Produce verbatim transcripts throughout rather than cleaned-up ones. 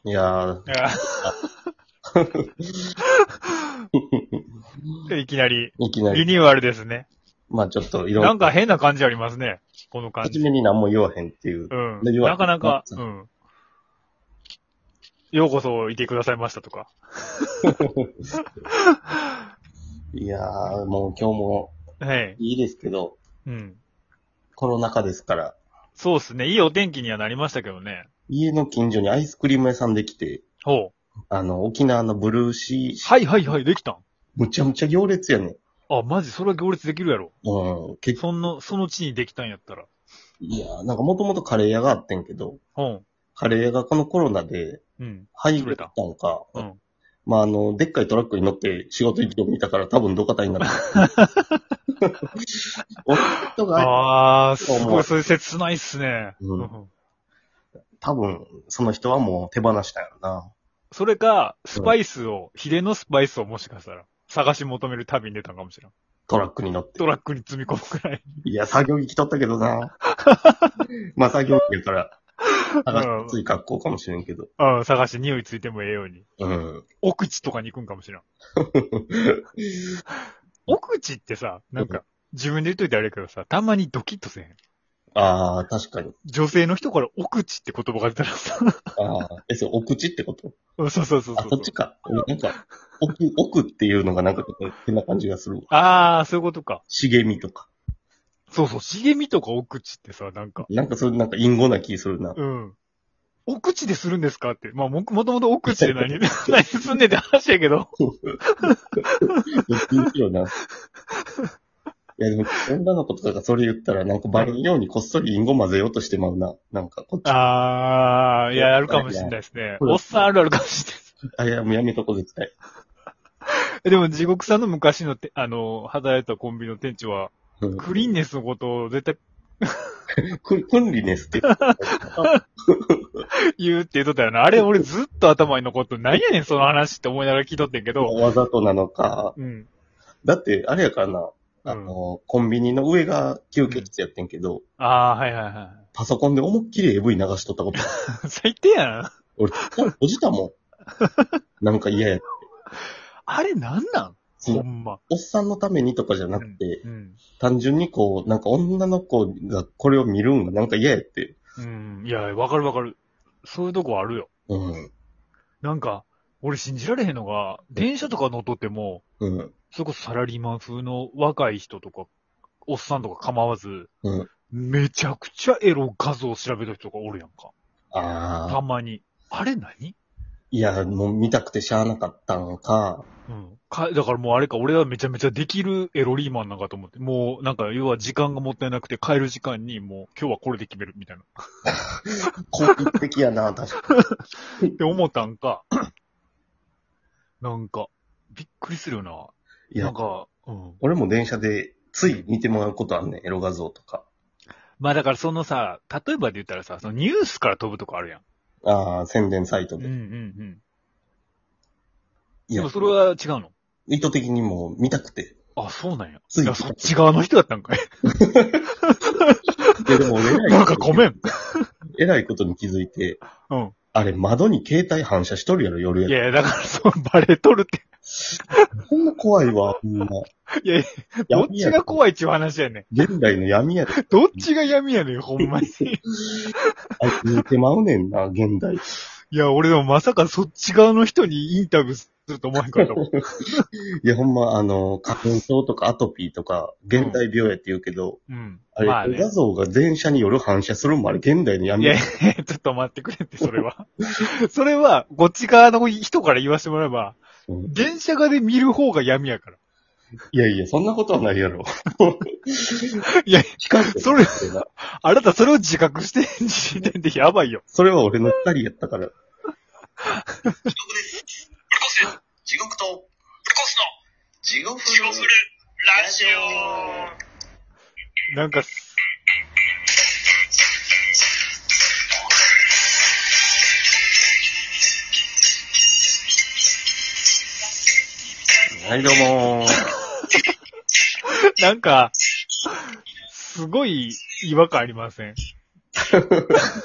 いやー。 いやいきなり、 いきなり。 リニューアルですね。 まあちょっといろんなんか変な感じありますね。この感じ。 初めに何も言わへんっていう。 うん。 で言わへなんかなか、うん。ようこそいてくださいましたとか。 いやー、もう今日もはい。 いいですけど、 うん。 コロナ禍ですから、 そうっすね。いいお天気にはなりましたけどね。 家の近所にアイスクリーム屋さんできて、 ほう。 あの、沖縄のブルーシー、 はいはいはい、できたん。 むちゃむちゃ行列やねん。 あ、マジそれは行列できるやろ。 うん、結そんな、その地にできたんやったら。 いやー、なんかもともとカレー屋があってんけど、 ほん。 カレー屋がこのコロナでうん。 廃業したんか、 うん。 まあ、あの、でっかいトラックに乗って仕事行ってみたから多分土方になる。夫が、 あー、すごい、それ切ないっすね。 うんうん多分、その人はもう手放したんやろな。 それか、スパイスを、ヒレのスパイスをもしかしたら、探し求める旅に出たんかもしれん。 トラックに乗ってト。ラックに積み込むくらい。 いや、作業着着とったけどな。まあ、作業着やから、探しやすい格好かもしれんけど。 うん、探して匂いついてもええように。 うん。 奥地とかに行くんかもしれん。奥地ってさ、なんか、自分で言っといてあれやけどさ、たまにドキッとせえへん。 ああ、確かに。 女性の人から奥地って言葉が出たらさ。 ああ、え、そう、お口ってことうんそうそうそうそう。 あ、そっちか。なんか、奥、奥っていうのがなんか変な感じがするわ。 あー、そういうことか。 茂みとか。 そうそう、茂みとか奥地ってさ、なんか、 なんかそれなんか隠語な気するな。 うん。奥地でするんですかって。まあ、も、もともと奥地で何、何すんねんって話やけど。 どっちにしろな。いやでも、女の子とかがそれ言ったら、なんかバレんようにこっそり隠語混ぜようとしてまうな。なんか、こっち。 あー、いや、あるかもしれないですね。おっさんあるあるかもしれないです。 あ、いや、もうやめとこ絶対。 でも、地獄さんの昔のて、あの、働いたコンビニの店長は、 うん。 クリーンネスのことを絶対く、くんりネスって。 言うって言うとったよな。あれ、俺ずっと頭に残って、何やねん、その話って思いながら聞いとってんけど。 わざとなのか。 うん。 だって、あれやからな。あの、コンビニの上が休憩室やってんけど、 あー、はいはいはパソコンで思いっきり エーブイ 流しとったこと。 い。最低やん。 俺、閉じたもん。なんか嫌や。 あれなんなんそのほんま。 おっさんのためにとかじゃなくて、 うん。 単純にこう、なんか女の子がこれを見るんがなんか嫌やって。 うん。いや、わかるわかる。そういうとこあるよ。 うん。 なんか、俺信じられへんのが、電車とか乗っとっても、 うん。 それこそサラリーマン風の若い人とか、おっさんとか構わず、 うん。 めちゃくちゃエロ画像を調べた人がおるやんか。 ああ。 たまに。あれ何いや、もう見たくてしゃあなかったんか。 うん。か、だからもうあれか、俺はめちゃめちゃできるエロリーマンなんかと思って。もう、なんか、要は時間がもったいなくて帰る時間にもう、今日はこれで決めるみたいな。 効率的やな、確かって思ったんか。なんか、びっくりするよな。 に。いや、 なんか、うん。 俺も電車でつい見てもらうことあんねん、エロ画像とか。 まあだからそのさ、例えばで言ったらさ、そのニュースから飛ぶとこあるやん。 ああ、宣伝サイトで。 うんうんうん。 いやでも、それは違うの意図的にもう見たくて。 あ、そうなんや。 ついいや、そっち側の人だったんかい。 いや、でも俺偉いなんかごめん。 偉いことに気づいて、 うん。 あれ窓に携帯反射しとるやろ、夜やいやいや、だからそう、バレとるって。 こんな怖いわ、ほんま。 いやいや、どっちが怖いっちゅう話やねん。 現代の闇やで。 どっちが闇やねん、ほんまに。 あいつ見てまうねんな、現代。 いや、俺でもまさかそっち側の人にインタビューすると思わへんかったもん。 いや、ほんま、あの、花粉症とかアトピーとか、現代病やって言うけど、 うん。 あれ、 まあね画。像が電車に夜反射するんもあれ、現代の闇いやいや、ちょっと待ってくれって、それは。それは、こっち側の人から言わせてもらえば、 うん電車側で見る方が闇やから。 いやいや、そんなことはないやろ。 いや、 光ってそれそれはあなたそれを自覚してん時点でやばいよ。 それは俺の二人やったから。 地獄と、ブルコスの、地獄地獄ラジオなんか、 はい、どうもー。 なんか、すごい違和感ありません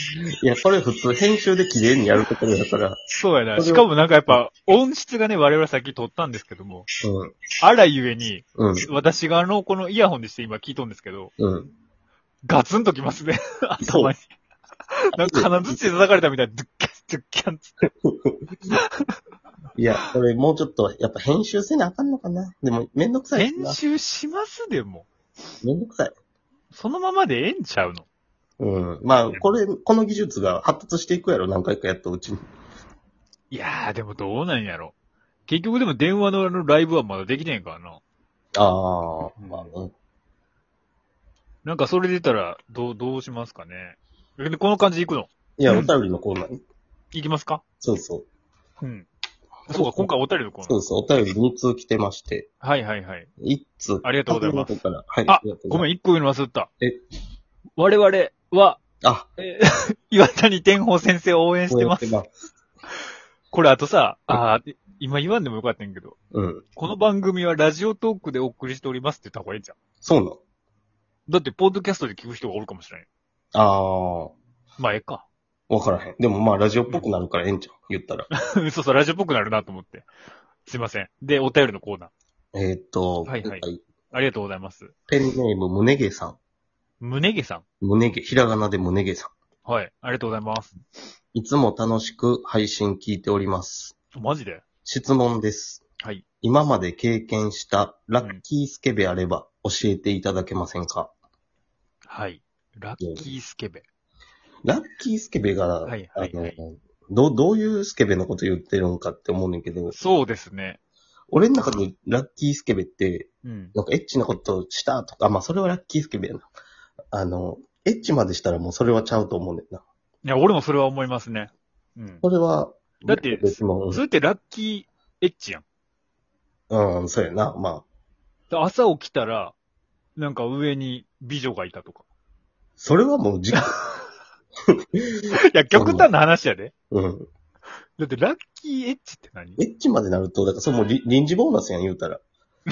いや、これ普通編集で綺麗にやるところだから。 そうやな。 それをしかもなんかやっぱ、音質がね、我々さっき撮ったんですけども、あらゆえに、 うん。うん。 私があの、このイヤホンでして今聞いとんですけど、 うん。 ガツンときますね。頭に。なんか金槌で叩かれたみたいな、ドゥッキャン、ドゥッキャンつって。 いや、これもうちょっと、やっぱ編集せなあかんのかな。でも、めんどくさいしな。 編集しますでも。 めんどくさい。 そのままでええんちゃうの。 うん。まあ、これ、この技術が発達していくやろ、何回かやったうちに。 いやー、でもどうなんやろ。結局でも電話のあのライブはまだできねえからな。 ああ、まあね。 なんかそれで言ったら、どう、どうしますかね。でこの感じで行くのいや、お便りのコーナーに。 行きますか？ そうそう。 うん。そうか、今回お便りのコーナー。 そうそう、お便りに通来てまして。 はいはいはい。 いっつ。 ありがとうございます。 からはい。 あ、 りがとうごめん、 ん。 一個言うの忘れた。 え我々は、 あ、 えー岩谷天宝先生を応援してます。 こうやってこれあとさ、あー今言わんでもよかったんやけど、 うん。 この番組はラジオトークでお送りしておりますって言った方がいいじゃん。 そうなの。 だって、ポッドキャストで聞く人がおるかもしれん。 ああ、 まあ、ええか。 わからへん。でもまあ、ラジオっぽくなるからええんちゃう。言ったら。 そうそう、ラジオっぽくなるなと思って。すいません。で、お便りのコーナー。 えーっと、 はいはい今回ありがとうございます。 ペンネーム、むねげさん。 胸毛さん。 むねげ、ひらがなでむねげさん。 はい。ありがとうございます。 いつも楽しく配信聞いております。 マジで質問です。 はい。 今まで経験したラッキースケベあれば教えていただけませんか？ はい。ラッキースケベ。 ラッキースケベが、 はいはいはいあの、どう、どういうスケベのこと言ってるのかって思うねんけど、 そうですね。 俺の中でラッキースケベって、 うん。 なんかエッチなことしたとか、まあそれはラッキースケベやな。あの、エッチまでしたらもうそれはちゃうと思うねんな。 いや、俺もそれは思いますね。うん。 それは、 だって別も、 それってラッキーエッチやん。 うん、うん、そうやな。まあ、 朝起きたら、なんか上に美女がいたとか。 それはもうじ、 いや、極端な話やで。 うん。 だってラッキーエッチって何エッチまでなると、だからそれもうり臨時ボーナスやん、言うたら。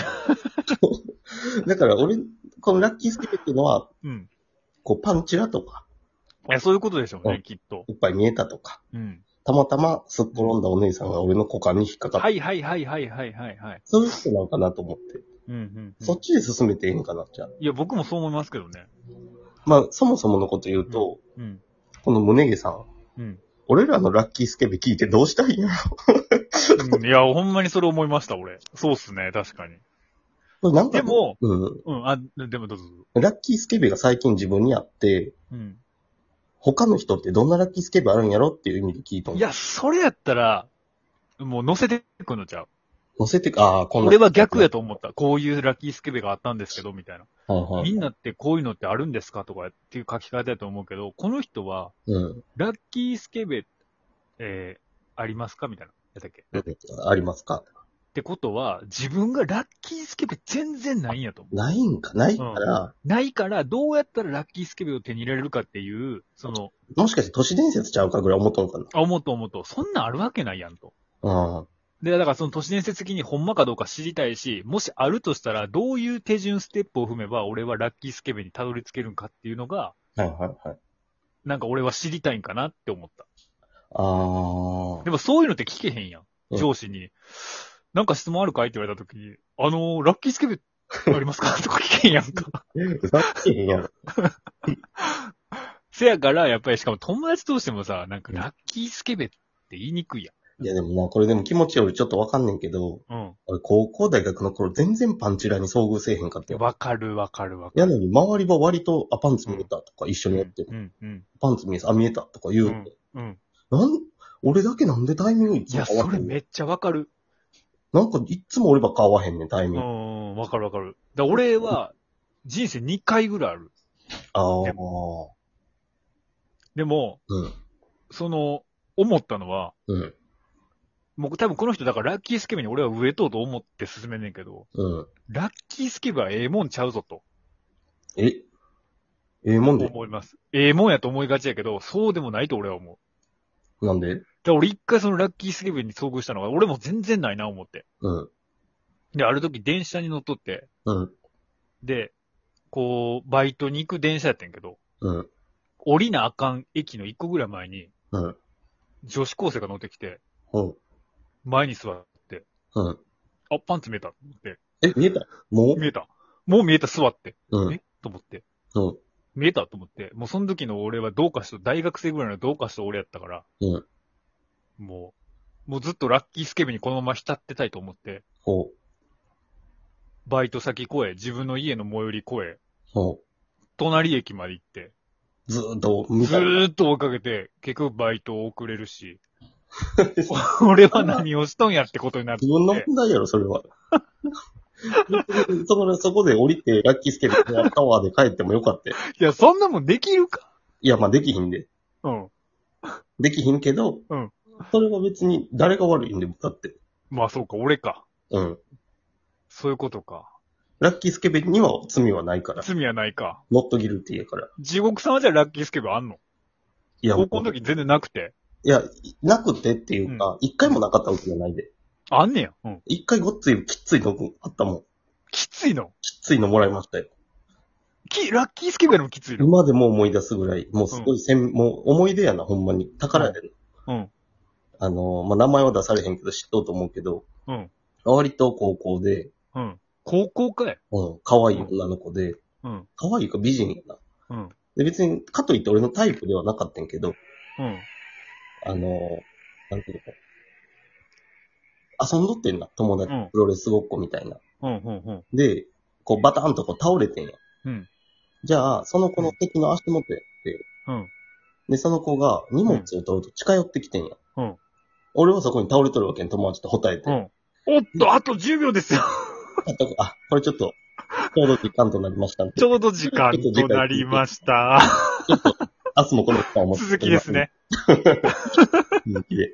だから俺、このラッキースケベっていうのは、 うん。 こうパンチラとか、 いや、そういうことでしょうね、 うんきっと。 いっぱい見えたとか、 うん。 たまたますっ転んだお姉さんが俺の股間に引っかかって、 はいはいはいはいはいはいはい。 そういう人なのかなと思って、 うんうん、うん。 そっちで進めていいんかな、じゃあ。 いや、僕もそう思いますけどね。 まあ、そもそものこと言うと、 うん。 この胸毛さん、 うん。 俺らのラッキースケベ聞いてどうしたらいいんやろ。 うん、いや、ほんまにそれ思いました、俺。そうっすね、確かに。 これなんかでも、 うん、 うん、あ、でもどうぞ。 ラッキースケベが最近自分にあって、 うん。 他の人ってどんなラッキースケベあるんやろっていう意味で聞いたの。 いや、それやったら、もう乗せてくのちゃう。 乗せてか、ああ、こんな。 俺は逆やと思った。こういうラッキースケベがあったんですけど、みたいな。 はいはい。 みんなってこういうのってあるんですかとかっていう書き方やと思うけど、この人は、 うん。 ラッキースケベ、えー、ありますかみたいな。やったっけありますか？ ってことは、自分がラッキースケベ全然ないんやと思う。 ないんかないから、 ないから、どうやったらラッキースケベを手に入れられるかっていう、その、 もしかして都市伝説ちゃうかぐらい思っとんかな。 あ、思うと思うと、そんなんあるわけないやんと。 うん。 で、だからその都市伝説的にほんまかどうか知りたいし、もしあるとしたら、どういう手順ステップを踏めば、俺はラッキースケベにたどり着けるんかっていうのが、 はいはいはい。 なんか俺は知りたいんかなって思った。 あー。 でもそういうのって聞けへんやん。 うん上司に。なんか質問あるかいって言われた時に、あのー、ラッキースケベありますかとか聞けへんやんか。 さっきへんやろ。 せやから、やっぱりしかも友達としてもさ、なんかラッキースケベって言いにくいやいやでもな、これでも気持ちよりちょっとわかんねんけど、 ん。うん。 俺高校大学の頃全然パンチラに遭遇せえへんかったよ。 わかるわかるわかる。 やのに周りは割と、あ、パンツ見えたとか一緒にやってる、 うんうんパンツ見えた、あ、見えたとか言う、 うん。うん。 なん、俺だけなんでタイミングいついや、 も合わへんねん。 それめっちゃわかる。 なんかいっつも俺ばっか合わへんねん、タイうミング。 ん、わかるわかる。だ俺は、人生にかいぐらいある。 ああででも、 うん。 その、思ったのは、 うん。 僕多分この人だからラッキースケベに俺は植えとうと思って進めんねんけど、 うん。 ラッキースケベはええもんちゃうぞとえええもんで思います。ええもんやと思いがちやけど、そうでもないと俺は思う。 なんでだから俺一回そのラッキースケベに遭遇したのが、俺も全然ないな思って。 うん。 で、ある時電車に乗っとって、 うん。 で、こう、バイトに行く電車やってんけど、 うん。 降りなあかん駅の一個ぐらい前に、 うん。 女子高生が乗ってきて、 うん。 前に座って、 うん。 あ、パンツ見えたと思って、 え、見えたもう見えた。もう見えた、座って。 うん。 えと思って。 うん。 見えたと思って。もうその時の俺はどうかしと、大学生ぐらいのどうかしと俺やったから、 うん。 もう、もうずっとラッキースケベにこのまま浸ってたいと思って、 ほう。 バイト先越え、自分の家の最寄り越え、 ほ隣駅まで行って、 う。ずーっと見ずた。 ーっと追いかけて、結局バイト遅れるし、俺は何をしとんやってことになって。 自分の問題やろ、それは。そこで、そこで降りて、ラッキースケベタワーで帰ってもよかったよ。 いや、そんなもんできるか？ いや、まあ、できひんで。 うん。 できひんけど、 うん。 それは別に誰が悪いんでもだって。 まあそうか、俺か。 うん。 そういうことか。 ラッキースケベには罪はないから。 罪はないか。 ノットギルティやから。 地獄さんはじゃあラッキースケベあんの？ いや、 高校の時全然なくて。 いや、なくてっていうか、一、回もなかったわけじゃないで。 あんねや。うん。 一回ごっついきっついのあったもん。 きついの？ きっついのもらいましたよ。 き、ラッキースケベよりもきついの？ 今でも思い出すぐらい、もうすごいせん、もう思い出やな、ほんまに。宝やで、 うん。 あの、まあ、名前は出されへんけど知っとうと思うけど、 うん。 割と高校で、 うん。高校かい？ うん、可愛い女の子で、 うん。 可愛いか美人やな。 うん。 で、別に、かといって俺のタイプではなかったんやけど、 うん。 あの、なんていうのか。遊んどってんな、友達。 うんプロレスごっこみたいな。 うん。うん。うん。 で、こうバタンとこう倒れてんや。 うん。 じゃあ、その子の敵の足元やって、 うん。 で、その子が荷物を取ると近寄ってきてんや。 うん。 俺はそこに倒れとるわけん、友達と答えて。 うん。おっと、あとじゅうびょうですよ。 あとあ、これちょっと、ちょうど時間となりましたんで。 ちょうど時間となりました。 ちょっと、明日もこの時間を持って続きですね。 続きで。